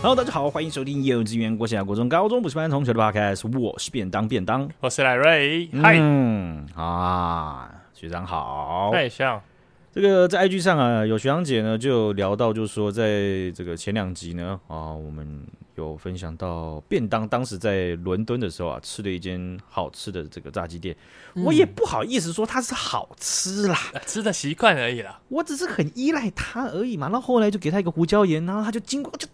Hello， 大家好，欢迎收听幼稚园、国小、国中、高中补习班同学的 Podcast， 我是便当， 我是赖瑞，嗨， 学长好， 太像这个在 IG 上啊，有学长姐呢就聊到，就是说在这个前2集呢，我们有分享到便当当时在伦敦的时候啊，吃了一间好吃的这个炸鸡店，我也不好意思说它是好吃啦， 吃的习惯而已啦， 我只是很依赖它而已嘛。然后后来就给他一个胡椒盐，然后他就经过，就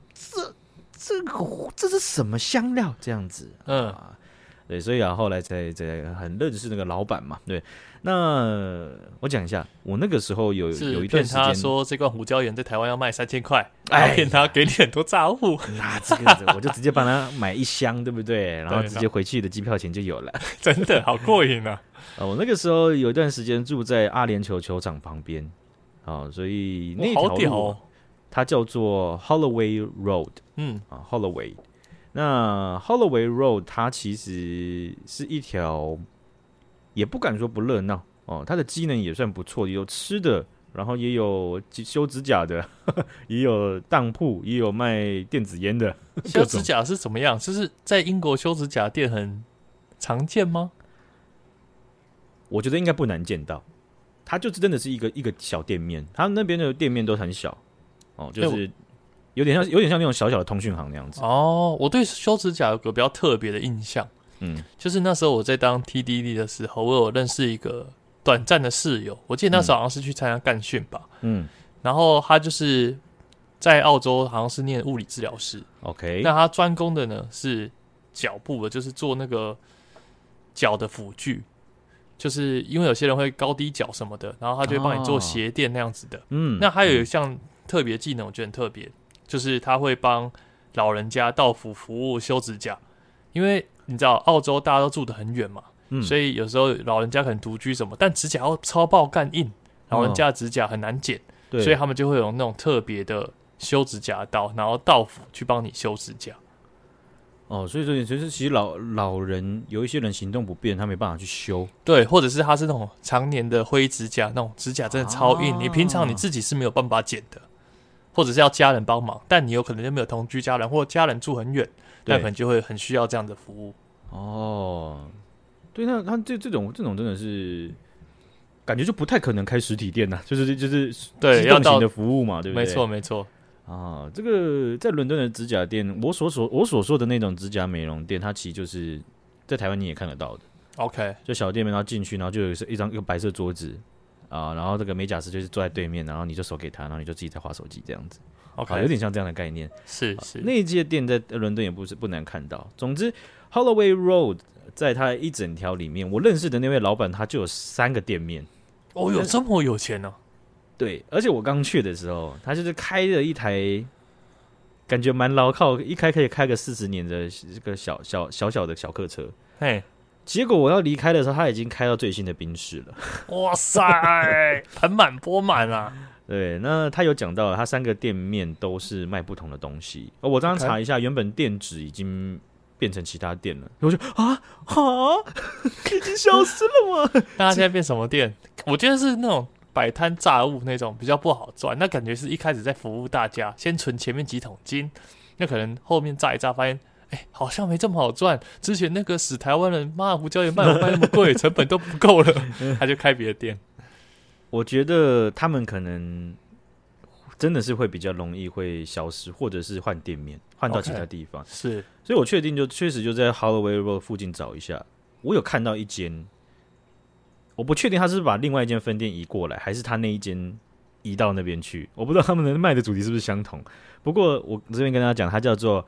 这是什么香料这样子？对，所以啊，后来才很认识那个老板嘛。对，那我讲一下，我那个时候有一段时间， 他说这罐胡椒盐在台湾要卖3000块，然后骗他给你很多炸物， 那这个我就直接帮他买1箱，对不对？然后直接回去的机票钱就有了， 真的好过瘾啊！ 我那个时候有一段时间住在阿联酋球场旁边，所以那条路它叫做 Holloway Road， Holloway。那 Holloway Road 它其实是一条，也不敢说不热闹它的机能也算不错，有吃的，然后也有修指甲的，也有当铺，也有卖电子烟的。 修指甲是怎么样？就是在英国修指甲店很常见吗？ 我觉得应该不难见到，它就真的是一个小店面，它那边的店面都很小就是有点像那种小小的通讯行那样子。 我对修指甲有个比较特别的印象，就是那时候我在当 TDD 的时候，我有认识一个短暂的室友，我记得那时候好像是去参加干训吧，然后他就是在澳洲好像是念物理治疗师 ，OK， 那他专攻的呢是脚部的，就是做那个脚的辅具，就是因为有些人会高低脚什么的，然后他就会帮你做鞋垫那样子的，那还有一项特别技能，我觉得很特别。就是他会帮老人家到府服务修指甲，因为你知道澳洲大家都住得很远嘛，所以有时候老人家可能独居什么，但指甲要超爆干硬，老人家的指甲很难剪，所以他们就会有那种特别的修指甲刀，然后到府去帮你修指甲。 所以说其实老人有一些人行动不便，他没办法去修， 对，或者是他是那种常年的灰指甲，那种指甲真的超硬，你平常你自己是没有办法剪的。或者是要家人帮忙，但你有可能就没有同居家人，或家人住很远，那可能就会很需要这样的服务。 对，那他这种真的是感觉就不太可能开实体店呐，就是对机动型的服务嘛，对不对？ 没错。 这个在伦敦的指甲店，我所说的那种指甲美容店，它其实就是在台湾你也看得到的。 OK， 就小店面，然后进去，然后就有一个白色桌子。然后这个美甲师就是坐在对面，然后你就手给他，然后你就自己在滑手机这样子。 OK， 有点像这样的概念。 是那一间店在伦敦也不难看到。总之 ，Holloway Road 在它一整条里面，我认识的那位老板他就有3个店面。 有这么有钱呢？ 对，而且我刚去的时候，他就是开了一台，感觉蛮牢靠，一开可以开个40年的这个小的小客车。结果我要离开的时候，他已经开到最新的宾士了。 哇塞，盆满钵满啊！ 对，那他有讲到他3个店面都是卖不同的东西。我刚刚查一下，原本店址已经变成其他店了。我就已经消失了吗？ 那他现在变什么店？我觉得是那种摆摊炸物那种，比较不好赚。那感觉是一开始在服务大家，先存前面几桶金，那可能后面炸一炸，发现好像没这么好赚。之前那个死台湾人，妈胡椒盐卖那么贵，成本都不够了，他就开别的店。 我觉得他们可能真的是会比较容易会消失，或者是换店面，换到其他地方。 是， 所以我确定确实就在 Holloway Road 附近找一下，我有看到一间，我不确定他是不是把另外一间分店移过来，还是他那一间移到那边去，我不知道他们的卖的主题是不是相同。不过我这边跟大家讲，它叫做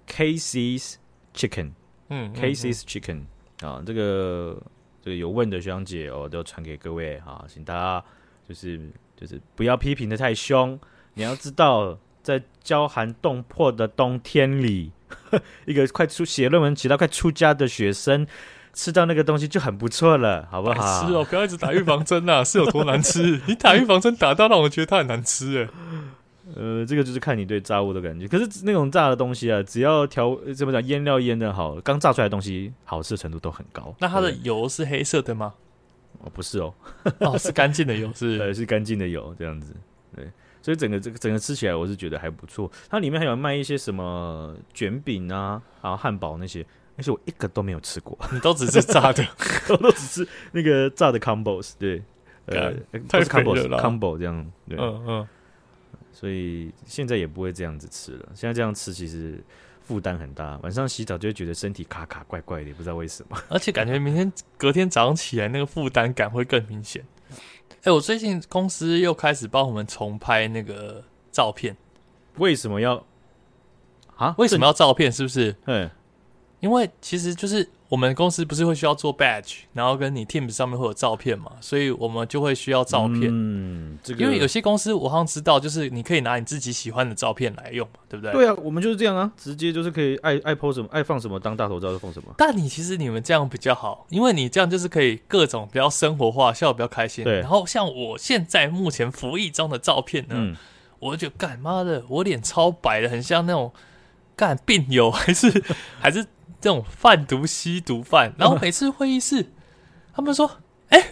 Casey's Chicken，Casey's Chicken 这个有问的学长姐都传给各位请大家就是不要批评的太凶。你要知道，在骄寒冻破的冬天里，一个写论文写到快出家的学生吃到那个东西就很不错了，好不好？ 是不要一直打预防针啊，是有多难吃？你打预防针打到让我觉得它很难吃这个就是看你对炸物的感觉。可是那种炸的东西啊，只要怎么讲，腌料腌的好，刚炸出来的东西好吃的程度都很高。 那它的油是黑色的吗？ 不是是干净的油是干净的油这样子。对， 所以整个吃起来我是觉得还不错。它里面还有卖一些什么卷饼啊，然后汉堡那些我一个都没有吃过， 你都只是炸的， 我都只是那个炸的 combos， 对， 太肥了啦 combo 这样，对， 嗯， 所以现在也不会这样子吃了。现在这样吃其实负担很大，晚上洗澡就会觉得身体卡卡怪怪的，也不知道为什么。 而且感觉隔天早上起来那个负担感会更明显。我最近公司又开始帮我们重拍那个照片。 为什么要为什么要照片？是不是？因为其实就是我们公司不是会需要做 badge， 然后跟你 Teams 上面会有照片嘛，所以我们就会需要照片。因为有些公司我好像知道，就是你可以拿你自己喜欢的照片来用嘛，对不对？ 对啊，我们就是这样啊，直接就是可以爱 po 什么，爱放什么当大头照就放什么。 但其实你们这样比较好，因为你这样就是可以各种比较生活化，笑得比较开心。 对。 然后像我现在目前服役中的照片呢，我就觉得干妈的，我脸超白的，很像那种干病友，还是这种贩毒吸毒犯。然后每次会议室，他们说，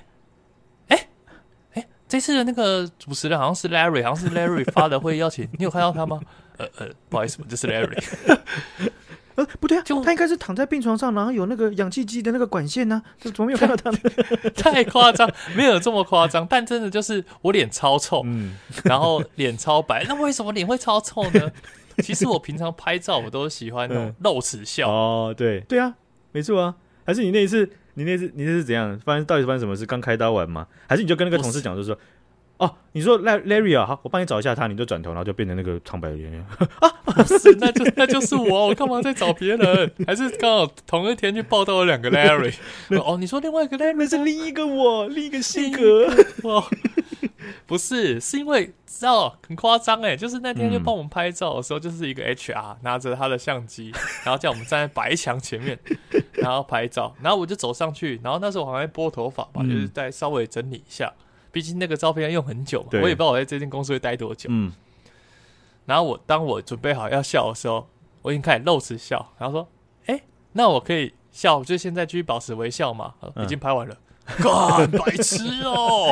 这次的那个主持人好像是 Larry 发的会议邀请，你有看到他吗？不好意思，这是 Larry。 不对啊，他应该是躺在病床上，然后有那个氧气机的那个管线呢，怎么没有看到他呢？ 太夸张，没有这么夸张，但真的就是我脸超臭，然后脸超白。那为什么脸会超臭呢？其实我平常拍照我都喜欢那种露齿笑。 对啊，没错啊。还是你那次怎样？到底发生什么事？刚开刀完吗？还是你就跟那个同事讲，就说你说 Larry 啊，好，我帮你找一下他，你就转头，然后就变成那个苍白的演员不是，那就是我干嘛在找别人？还是刚好同一天去报道了2个 Larry？ 你说另外一个 Larry 那是另一个我，另一个性格。 不是，是因为知道很夸张就是那天就帮我们拍照的时候，就是一个 HR 拿着他的相机，然后叫我们站在白墙前面，然后拍照，然后我就走上去，然后那时候我好像在拨头发吧，就是再稍微整理一下，毕竟那个照片要用很久嘛，我也不知道我在这间公司会待多久。然后当我准备好要笑的时候，我已经开始露齿笑，然后说，那我可以笑，就现在继续保持微笑嘛？已经拍完了。干白痴哦！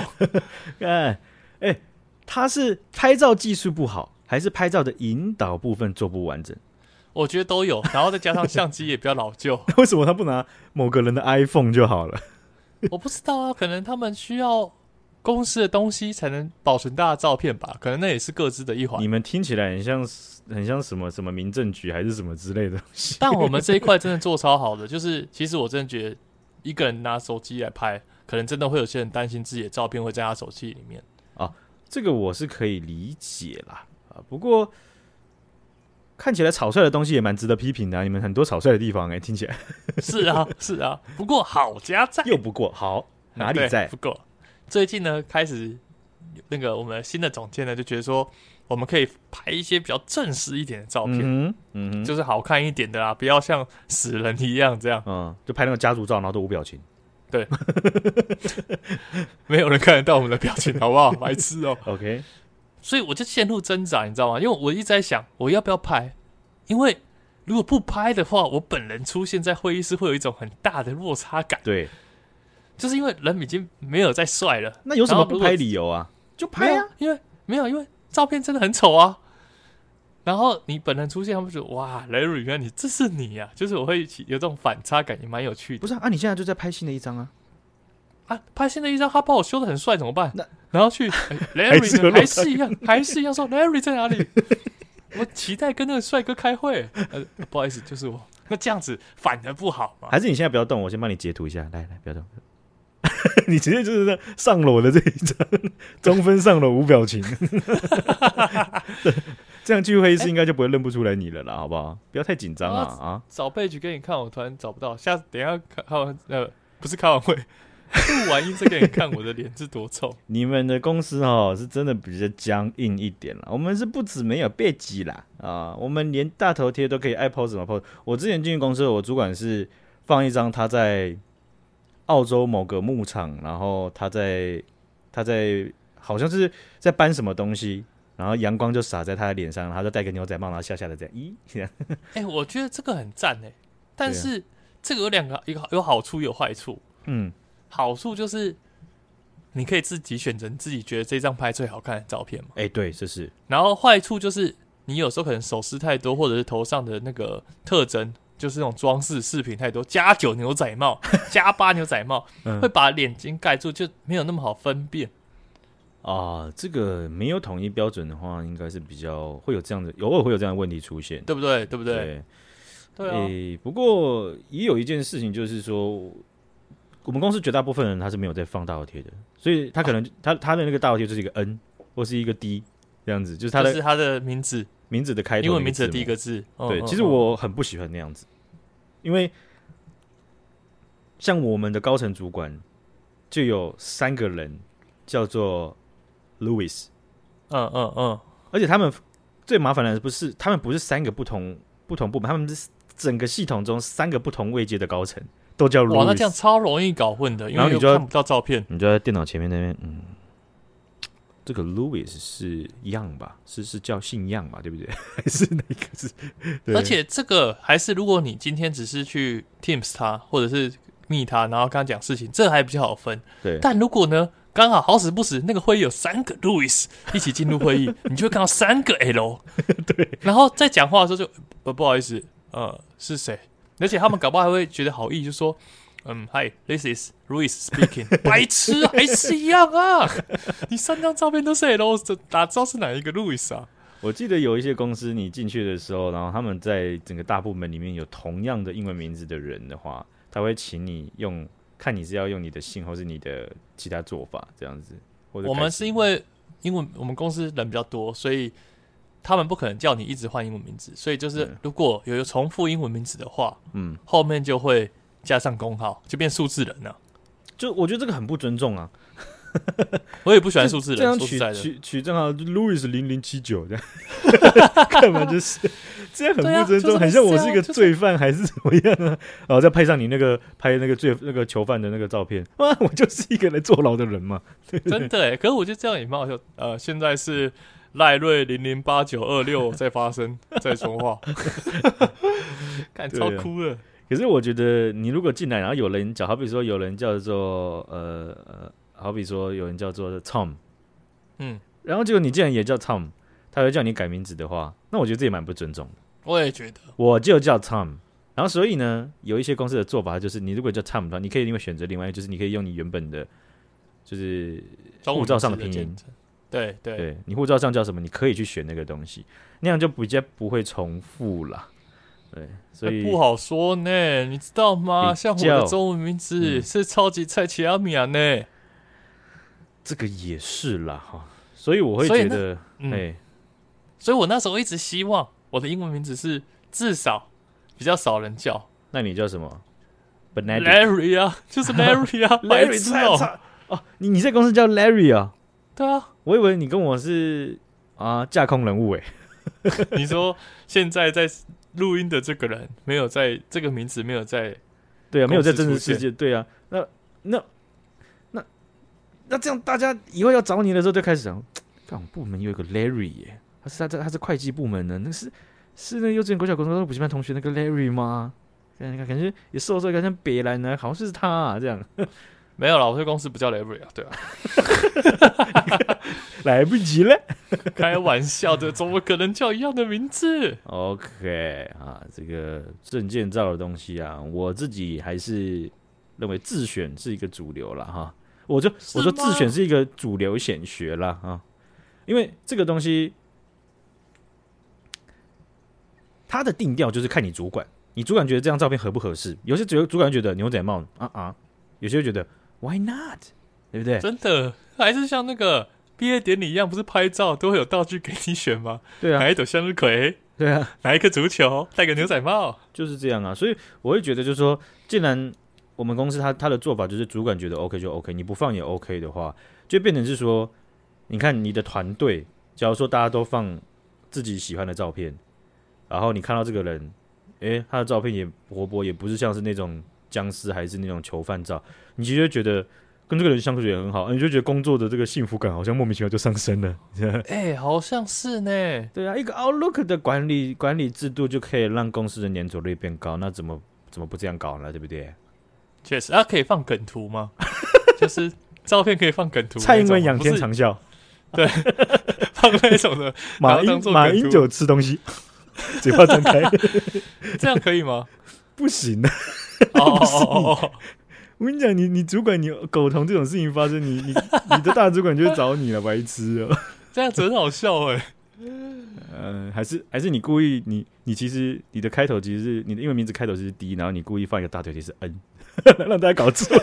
他是拍照技术不好，还是拍照的引导部分做不完整？ 我觉得都有，然后再加上相机也比较老旧。 为什么他不拿某个人的 iPhone 就好了？ 我不知道啊，可能他们需要公司的东西才能保存大家的照片吧？可能那也是各自的一环。 你们听起来很像什么民政局还是什么之类的东西。 但我们这一块真的做超好的，就是其实我真的觉得。一个人拿手机来拍，可能真的会有些人担心自己的照片会在他手机里面这个我是可以理解啦不过看起来草率的东西也蛮值得批评的你们很多草率的地方听起来是啊，不过好家在又不过好哪里在？ 不过最近呢，开始那个我们新的总监呢就觉得说，我们可以拍一些比较正式一点的照片，就是好看一点的啦，不要像死人一样这样， 就拍那个家族照，然后都无表情。 对，没有人看得到我们的表情，好不好？白痴 OK， 所以我就陷入挣扎，你知道吗？因为我一直在想，我要不要拍？因为如果不拍的话，我本人出现在会议室会有一种很大的落差感。 对， 就是因为人已经没有再帅了， 那有什么不拍理由啊？就拍啊！ 因为照片真的很丑啊。然后你本人出现，他们就哇 ，Larry， 原来这是你啊！就是我会有这种反差感，也蛮有趣的。 不是啊，你现在就在拍新的一张拍新的一张，他把我修得很帅怎么办？然后去Larry 还是一样说 Larry 在哪里？我期待跟那个帅哥开会。不好意思，就是我。那这样子反而不好嘛？ 还是你现在不要动，我先帮你截图一下。来，不要动。你直接就是上裸的这一张，中分上裸无表情。这样去会议室应该就不会认不出来你了啦，好不好？不要太紧张啊！ 找背景给你看，我突然找不到。等一下开完不是开完会，录完音再给你看我的脸是多臭。 你们的公司是真的比较僵硬一点啦，我们是不止没有被挤啦我们连大头贴都可以爱 po 什么 po。我之前进去公司，我主管是放一张他在澳洲某个牧场，然后他在好像是在搬什么东西。然后阳光就洒在他的脸上，然后就戴个牛仔帽，然后笑笑的这样。 我觉得这个很赞但是这个有两个，一个有好处有坏处。好处就是你可以自己选择你自己觉得这张拍最好看的照片嘛。 对，这是。 然后坏处就是你有时候可能手势太多，或者是头上的那个特征，就是那种装饰饰品太多，加9牛仔帽、加8牛仔帽，会把眼睛盖住，就没有那么好分辨。 这个没有统一标准的话，应该是比较会有这样的，偶尔会有这样的问题出现， 对不对？对啊。 不过也有一件事情就是说，我们公司绝大部分人他是没有在放大头贴的，所以他可能他的那个大头贴就是一个 N 或是一个 D 这样子，就是他的名字的开头， 英文名字的第一个字。 对，其实我很不喜欢那样子，因为像我们的高层主管就有3个人叫做 Louis， 而且他们最麻烦的不是他们不是3个不同部门，他们是整个系统中3个不同位阶的高层都叫 Louis。哇， 那这样超容易搞混的，因为你就看不到照片， 你就在电脑前面那边，这个 Louis 是样吧？是叫姓样吧？对不对？还是哪一个是？ 而且这个还是如果你今天只是去 Teams 他，或者是密他，然后跟他讲事情，这还比较好分。 对， 但如果呢？刚好死不死，那个会议有3个 Louis 一起进入会议，你就会看到3个 L。 对， 然后在讲话的时候就不好意思，是谁？而且他们搞不好还会觉得好意，就说，Hi, this is Louis speaking。白痴，还是一样啊！你3张照片都是 L， 哪知道是哪一个 Louis 啊？ 我记得有一些公司，你进去的时候，然后他们在整个大部门里面有同样的英文名字的人的话，他会请你看你是要用你的姓或是你的其他做法这样子。 我们是因为我们公司人比较多，所以他们不可能叫你一直换英文名字，所以就是如果有重复英文名字的话，后面就会加上工号，就变数字人了。 就我觉得这个很不尊重啊。 我也不喜欢数字人， 这样取正好 Louis 0079这样，干嘛就是这样很不尊重，很像我是一个罪犯还是怎么样啊？然后再配上你那个拍那个囚犯的那个照片，哇，我就是一个来坐牢的人嘛。对对真的哎，可是我觉得这样也蛮好笑。现在是赖瑞008926在发生，在说话，看超酷的。 可是我觉得你如果进来，然后有人好比说有人叫做好比说有人叫做 Tom， 然后结果你既然也叫 Tom， 他会叫你改名字的话，那我觉得这也蛮不尊重的。 我也觉得， 我就叫 Tom， 然后所以呢，有一些公司的做法就是，你如果叫 Tom 的话，你可以另外选择另外，就是你可以用你原本的，就是护照上的拼音。对，你护照上叫什么，你可以去选那个东西，那样就比较不会重复啦。对，所以不好说呢，你知道吗？像我的中文名字是超级蔡奇阿米亚呢。 这个也是啦哈，所以我会觉得， 所以我那时候一直希望我的英文名字是至少比较少人叫。 那你叫什么 ？Larry 啊，就是 Larry 啊，Larry 哦，你在公司叫 Larry 啊？ 对啊， 我以为你跟我是架空人物你说现在在录音的这个人没有在这个名字没有在， 对啊，没有在真实世界，对啊，那这样大家以后要找你的时候就开始想，看我部门有一个 Larry 耶，他是会计部门的，那是那幼稚园国小国中补习班同学那个 Larry 吗？感觉也瘦瘦，感觉北兰呢，好像是他啊，这样。 没有啦，我这公司不叫 Larry 啊，对啊， 来不及了， 开玩笑的，怎么可能叫一样的名字 ？OK 啊，这个证件照的东西啊，我自己还是认为自选是一个主流啦哈。我说自选是一个主流显学啦啊，因为这个东西它的定调就是看你主管，你主管觉得这张照片合不合适？有些主管觉得牛仔帽有些觉得 Why not？ 对不对？ 真的还是像那个毕业典礼一样，不是拍照都会有道具给你选吗？ 对啊， 拿一朵向日葵， 对啊， 拿一颗足球，戴个牛仔帽， 就是这样啊。所以我会觉得，就是说，既然我们公司他的做法就是主管觉得 OK 就 OK， 你不放也 OK 的话，就变成是说，你看你的团队，假如说大家都放自己喜欢的照片，然后你看到这个人，他的照片也活泼，也不是像是那种僵尸还是那种囚犯照，你其实就觉得跟这个人相处也很好，你就觉得工作的这个幸福感好像莫名其妙就上升了。 好像是呢。 对啊，一个 Outlook 的管理制度就可以让公司的粘着率变高，那怎么不这样搞呢？对不对？ 确实，可以放梗图吗？就是照片可以放梗图， 蔡英文仰天长啸， 对，放那种的， 马英九吃东西，嘴巴张开， 这样可以吗？ 不行的。 哦， 我跟你讲，你主管你苟同这种事情发生，你的大主管就会找你了，白痴哦。 这样子很好笑哎。 还是你故意你其实你的开头其实是你的英文名字开头是 D， 然后你故意放一个大腿贴是 N， 让大家搞错。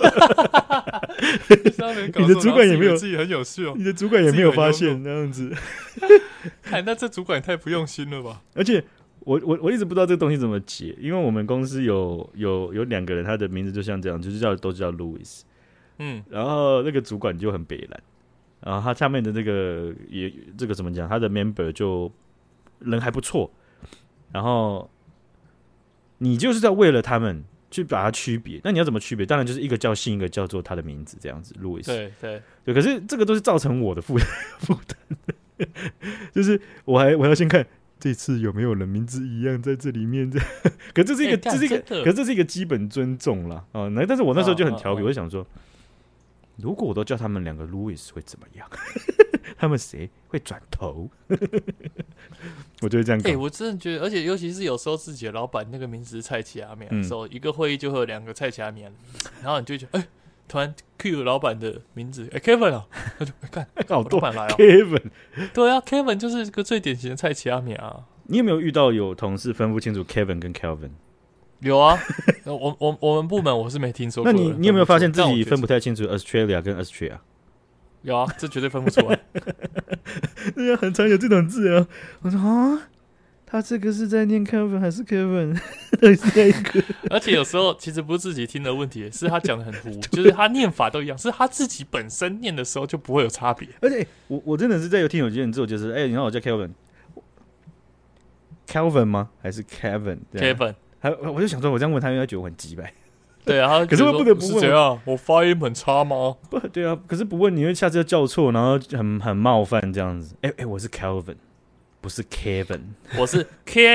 你的主管也没有自己很有趣哦， 你的主管也没有发现那样子。 看，那这主管也太不用心了吧？ 而且我一直不知道这个东西怎么解，因为我们公司有2个人，他的名字就像这样，就是都叫 Louis， 然后那个主管就很北蓝。然后他下面的这个怎么讲？他的 member 就人还不错，然后你就是在为了他们去把它区别。那你要怎么区别？当然就是一个叫姓，一个叫做他的名字这样子。路易斯， 对。 可是这个都是造成我的负担的，就是我要先看这次有没有人名字一样在这里面。可这是一个基本尊重啦啊！但是我那时候就很调皮，我就想说。如果我都叫他们2个 Louis 会怎么样？他们谁会转头？我就会这样搞。 我真的觉得，而且尤其是有时候自己的老板那个名字是蔡奇阿米的时候，一个会议就会有2个蔡奇阿米，然后你就觉得，突然 Q 老板的名字，Kevin 啊，他就看好多老板来哦 ，Kevin， 对啊 ，Kevin 就是个最典型的蔡奇阿米啊。 你有没有遇到有同事分不清楚 Kevin 跟 Kelvin？ 有啊，我们部门我是没听说过。 那你有没有发现自己分不太清楚 Australia 跟 Austria？ 有啊，这绝对分不出来。 对啊，很常有这种字啊。我说啊，他这个是在念 Kevin 还是 Kevin？ 到底是哪一个？ 而且有时候其实不是自己听的问题，是他讲的很糊，就是他念法都一样，是他自己本身念的时候就不会有差别。 而且我真的是在有听有些人之后，就是你看我叫 Kelvin 吗？还是 Kevin？ 我就想说，我这样问他，应该觉得我很鸡掰。 对啊， 可是我不得不问， 是怎样？我发音很差吗？ 不对啊，可是不问，你会下次要叫错，然后很冒犯这样子。我是 Kelvin， 不是 Kevin， 我是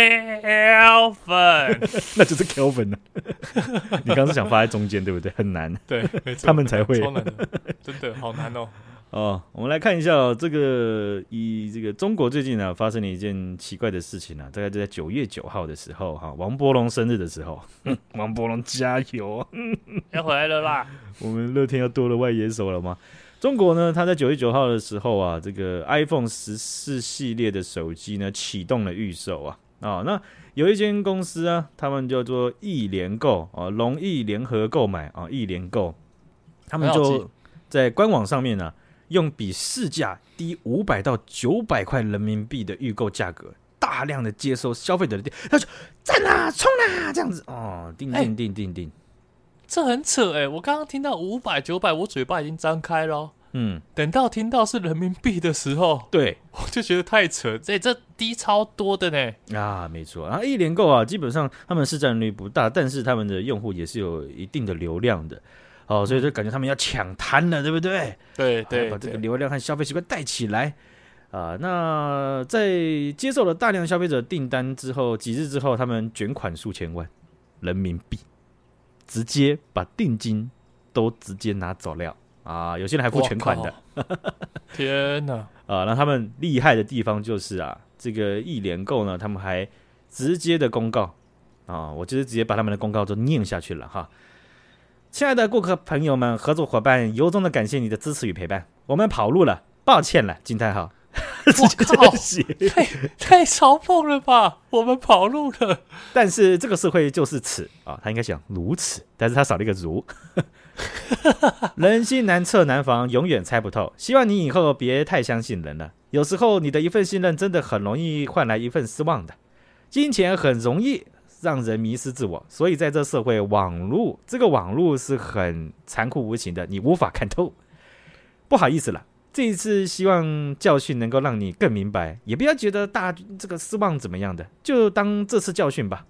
Kelvin， 那就是 Kelvin 啊。你刚刚是想发在中间，对不对？很难， 对，没错， 他们才会， 超难的，真的好难哦。 我们来看一下以这个中国最近发生了一件奇怪的事情大概就在9月9号的时候王伯龙生日的时候，王伯龙加油， 要回来了啦！ 我们乐天要多了外野手了吗？中国呢，他在9月9号的时候这个 iPhone 14系列的手机呢启动了预售那有一间公司他们叫做易联购龙易联合购买易联购，他们就在官网上面用比市价低500到900块人民币的预购价格，大量的接收消费者的电，他说赞啊，冲啊，这样子定， 这很扯我刚刚听到500、900，我嘴巴已经张开了等到听到是人民币的时候， 对， 我就觉得太扯，这低超多的呢没错易联购基本上他们市占率不大，但是他们的用户也是有一定的流量的。所以就感觉他们要抢滩了，对不对？ 对， 把这个流量和消费习惯带起来那在接受了大量消费者订单之后，几日之后，他们卷款数千万人民币，直接把定金都直接拿走了有些人还付全款的。 天哪！ 那他们厉害的地方就是这个易联购呢，他们还直接的公告我就是直接把他们的公告都念下去了亲爱的顾客朋友们、合作伙伴，由衷的感谢你的支持与陪伴。我们跑路了，抱歉了，惊叹号！ 我靠，太嘲讽了吧！我们跑路了， 但是这个社会就是此他应该讲如此，但是他少了一个如。人心难测难防，永远猜不透。希望你以后别太相信人了，有时候你的一份信任真的很容易换来一份失望的。金钱很容易让人迷失自我，所以在这社会，这个网络是很残酷无情的，你无法看透。不好意思了，这一次希望教训能够让你更明白，也不要觉得这个失望怎么样的，就当这次教训吧。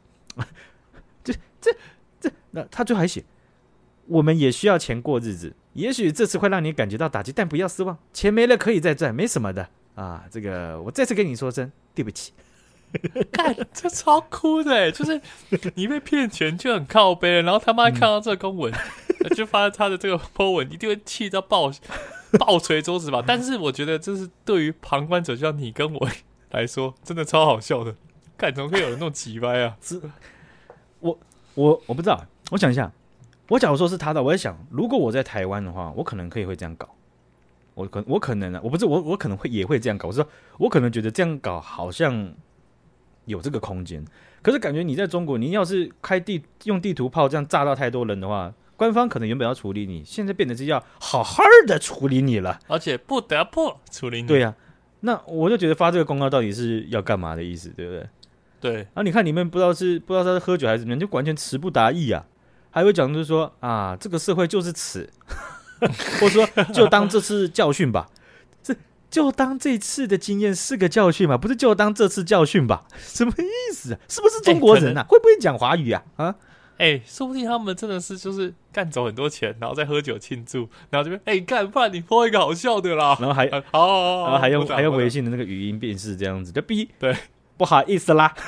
那他最后还写，我们也需要钱过日子，也许这次会让你感觉到打击，但不要失望，钱没了可以再赚，没什么的这个我再次跟你说声对不起。 干，这超酷的就是你被骗钱就很靠背了，然后他妈看到这个公文， 就发现他的这个 po 文一定会气到爆捶桌子吧。但是我觉得这是对于旁观者，就像你跟我来说，真的超好笑的。看怎么会有人那种奇掰啊？ 我不知道，我想一下，我假如说是他的，我在想，如果我在台湾的话，我可能会这样搞。我可能啊，我可能也会这样搞。我说我可能觉得这样搞好像有这个空间，可是感觉你在中国，你要是用地图炮这样炸到太多人的话，官方可能原本要处理你，现在变成是要好好的处理你了， 而且不得不处理你。 对呀、那我就觉得发这个公告到底是要干嘛的意思，对不对？ 对， 啊，你看里面不知道是喝酒还是怎么样，就完全词不达意啊，还会讲就是说啊，这个社会就是此，或者说就当这次教训吧，就当这次的经验是个教训吧，不是就当这次教训吧？什么意思啊？是不是中国人啊？会不会讲华语啊？啊？ 说不定他们真的是就是干走很多钱，然后再喝酒庆祝，然后这边干，不然你播一个好笑的啦， 然后还然后还用微信的那个语音辨识这样子，就逼对。 不好意思啦，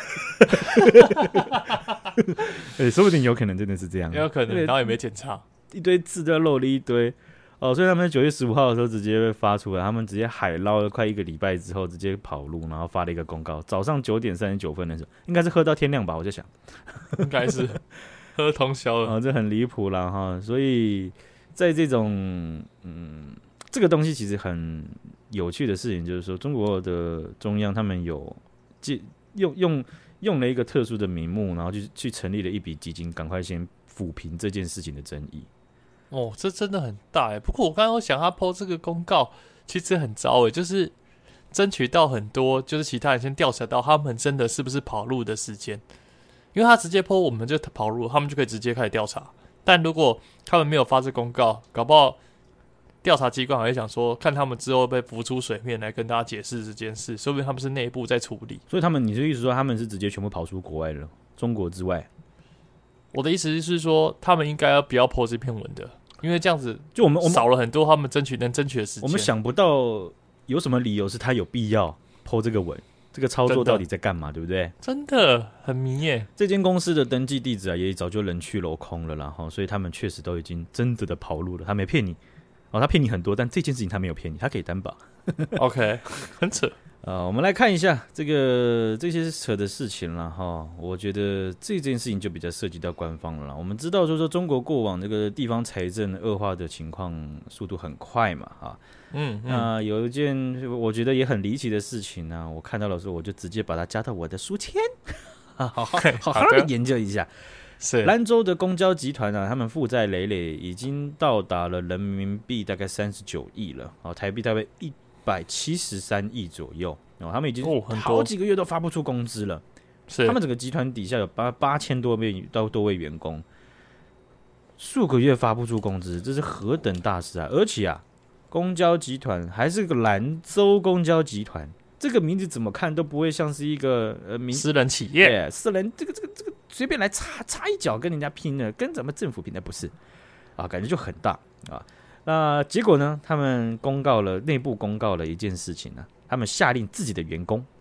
说不定有可能真的是这样， 也有可能，然后也没检查， 一堆字都漏了一堆哦，所以他们9月15号的时候直接发出来，他们直接海捞了快1个礼拜之后直接跑路，然后发了一个公告，早上9点39分的时候，应该是喝到天亮吧，我就想， 应该是喝通宵了， 这很离谱啦哈，所以在这种这个东西其实很有趣的事情，就是说中国的中央他们有用了一个特殊的名目，然后去成立了一笔基金，赶快先抚平这件事情的争议。 哦，这真的很大哎。不过我刚刚想他 po 这个公告，其实很糟哎，就是争取到很多，就是其他人先调查到他们真的是不是跑路的时间，因为他直接 po 我们就跑路，他们就可以直接开始调查。但如果他们没有发这公告，搞不好调查机关还会想说，看他们之后被浮出水面来跟大家解释这件事，说不定他们是内部在处理。 所以你的意思说他们是直接全部跑出国外了，中国之外？ 我的意思是说，他们应该不要 po 这篇文的，因为这样子就我们少了很多他们能争取的时间。 我们想不到有什么理由是他有必要 po 这个文，这个操作到底在干嘛，对不对？ 真的很迷耶。这间公司的登记地址也早就人去楼空了啦，所以他们确实都已经真的跑路了，他没骗你。他骗你很多，但这件事情他没有骗你，他可以担保。 OK， 很扯。 我们来看一下这些扯的事情啦哈。我觉得这件事情就比较涉及到官方了啦。我们知道说中国过往这个地方财政恶化的情况速度很快嘛哈。那有一件我觉得也很离奇的事情呢，我看到的时候我就直接把它加到我的书签，好好的研究一下。兰州的公交集团他们负债累累，已经到达了人民币大概39亿了，台币大概173亿左右，他们已经好几个月都发不出工资了。他们整个集团底下有8000多位员工，数个月发不出工资，这是何等大事啊！而且公交集团还是个兰州公交集团，这个名字怎么看都不会像是一个私人企业， 私人这个随便来插一脚跟人家拼的，跟咱们政府拼的不是啊，感觉就很大啊。那结果呢？他们内部公告了一件事情呢，他们下令自己的员工，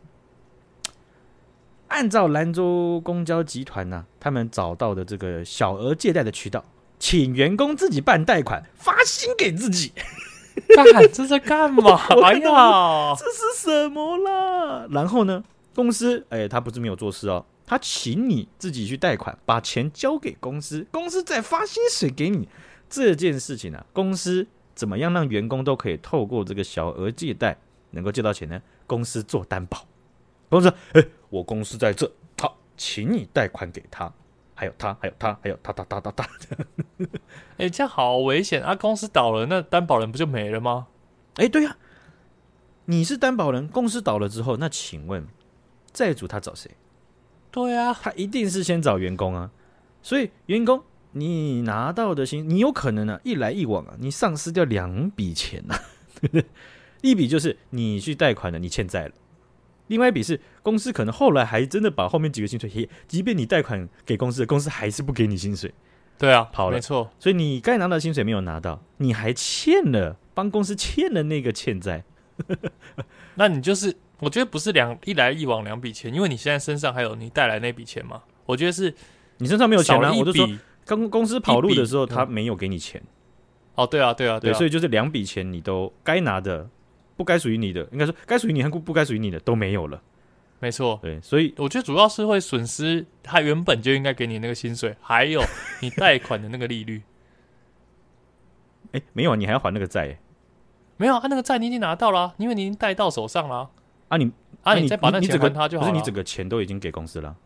按照兰州公交集团呢，他们找到的这个小额借贷的渠道，请员工自己办贷款，发薪给自己。 这在干嘛？哎呀， 这是什么啦？然后呢，公司他不是没有做事哦，他请你自己去贷款，把钱交给公司，公司再发薪水给你。这件事情公司怎么样让员工都可以透过这个小额借贷能够借到钱呢？公司做担保，公司说我公司在这，好，请你贷款给他。还有他， 这样好危险啊！公司倒了，那担保人不就没了吗？ 对呀，你是担保人，公司倒了之后，那请问债主他找谁？ 对啊， 他一定是先找员工啊。所以员工你拿到的薪，你有可能一来一往你丧失掉2笔钱啊。一笔就是你去贷款了，你欠债了。另外一笔是公司可能后来还真的把后面几个薪水，即便你贷款给公司，公司还是不给你薪水。 对啊， 跑了， 没错。 所以你该拿到的薪水没有拿到，你还帮公司欠了那个欠债。 那你就是我觉得不是一来一往2笔钱，因为你现在身上还有你带来那笔钱嘛。我觉得是你身上没有钱啊，我就说公司跑路的时候，他没有给你钱。 哦，对啊， 所以就是2笔钱你都该拿的，不该属于你的，应该说该属于你和不该属于你的都没有了。 没错， 对，所以我觉得主要是会损失他原本就应该给你那个薪水，还有你贷款的那个利率。 没有，你还要还那个债。 没有，那个债你已经拿到了，因为你已经贷到手上了。 你再把那钱还他就好了。 不是你整个钱都已经给公司了。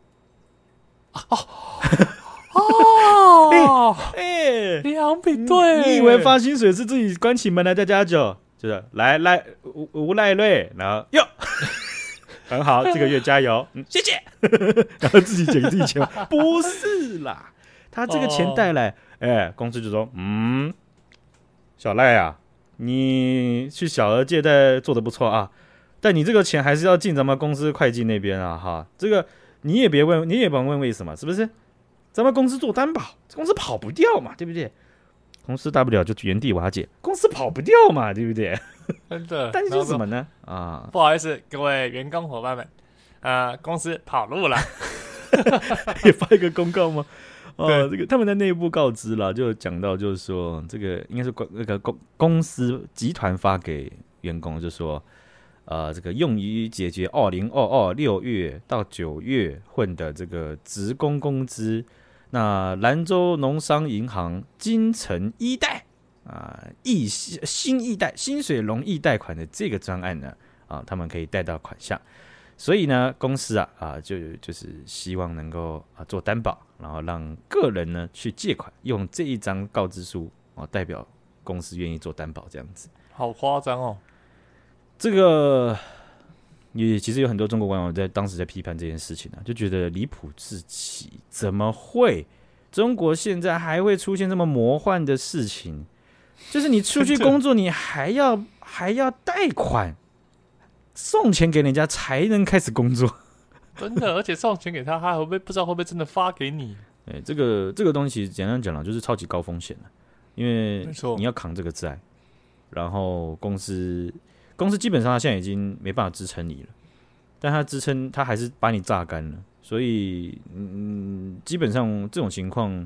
两笔对。 你以为发薪水是自己关起门来在家酒，就是来吴赖瑞，然后哟。很好，这个月加油，谢谢。然后自己给自己钱，不是啦，他这个钱带来，公司就说，小赖啊，你去小额借贷做得不错啊，但你这个钱还是要进咱们公司会计那边啊，哈，这个你也别问为什么，是不是？咱们公司做担保，公司跑不掉嘛，对不对？公司大不了就原地瓦解，公司跑不掉嘛，对不对？ 真的， 但是什么呢？ 不好意思，各位员工伙伴们，公司跑路了， 也发一个公告吗？这个他们在内部告知了，就讲到就是说，这个应该是那个公司集团发给员工，就说，这个用于解决2022 6月到9月份的这个职工工资。那兰州农商银行金城一贷新一贷薪水容易贷款的这个专案呢，他们可以贷到款项，所以呢，公司就是希望能够做担保，然后让个人呢去借款，用这一张告知书代表公司愿意做担保，这样子。 好夸张哦！ 这个也其实有很多中国网友在当时在批判这件事情就觉得离谱至极，怎么会？中国现在还会出现这么魔幻的事情？就是你出去工作，你还要贷款，送钱给人家才能开始工作。 真的，而且送钱给他，他不知道会不会真的发给你？ 这个东西简单讲了，就是超级高风险的，因为你要扛这个债，然后公司基本上他现在已经没办法支撑你了，但他支撑他还是把你榨干了，所以基本上这种情况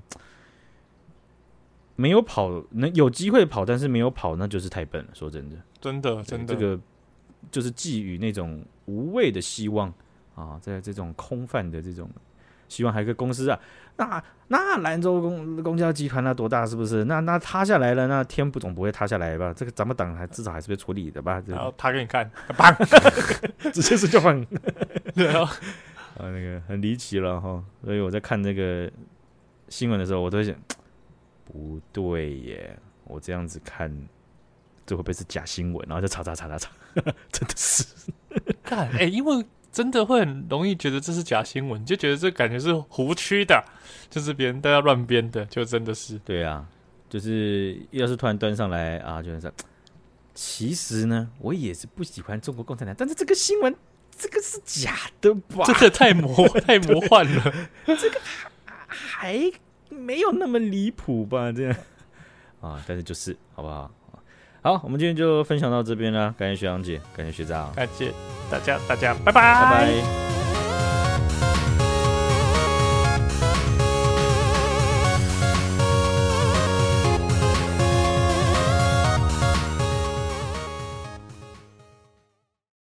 没有跑，有机会跑，但是没有跑，那就是太笨了。说真的，真的，这个就是寄予那种无谓的希望在这种空泛的这种希望，还有一个公司那兰州公交集团多大，是不是？那塌下来了，那天总不会塌下来吧？这个咱们党至少还是被处理的吧？ 然后塌给你看，砰， 直接是就放。 对啊， 那个很离奇了哈。所以我在看那个新闻的时候，我都会想，不对耶，我这样子看，这会不会是假新闻？然后就查，真的是。 看，因为真的会很容易觉得这是假新闻，就觉得这感觉是胡区的，就是别人都要乱编的，就真的是。 对啊，就是要是突然端上来就是其实呢，我也是不喜欢中国共产党，但是这个新闻，这个是假的吧？ 这个太魔幻了， 这个还没有那么离谱吧？这样但是就是好不好？好，我们今天就分享到这边了，感谢学长姐，感谢学长， 感谢大家，拜拜。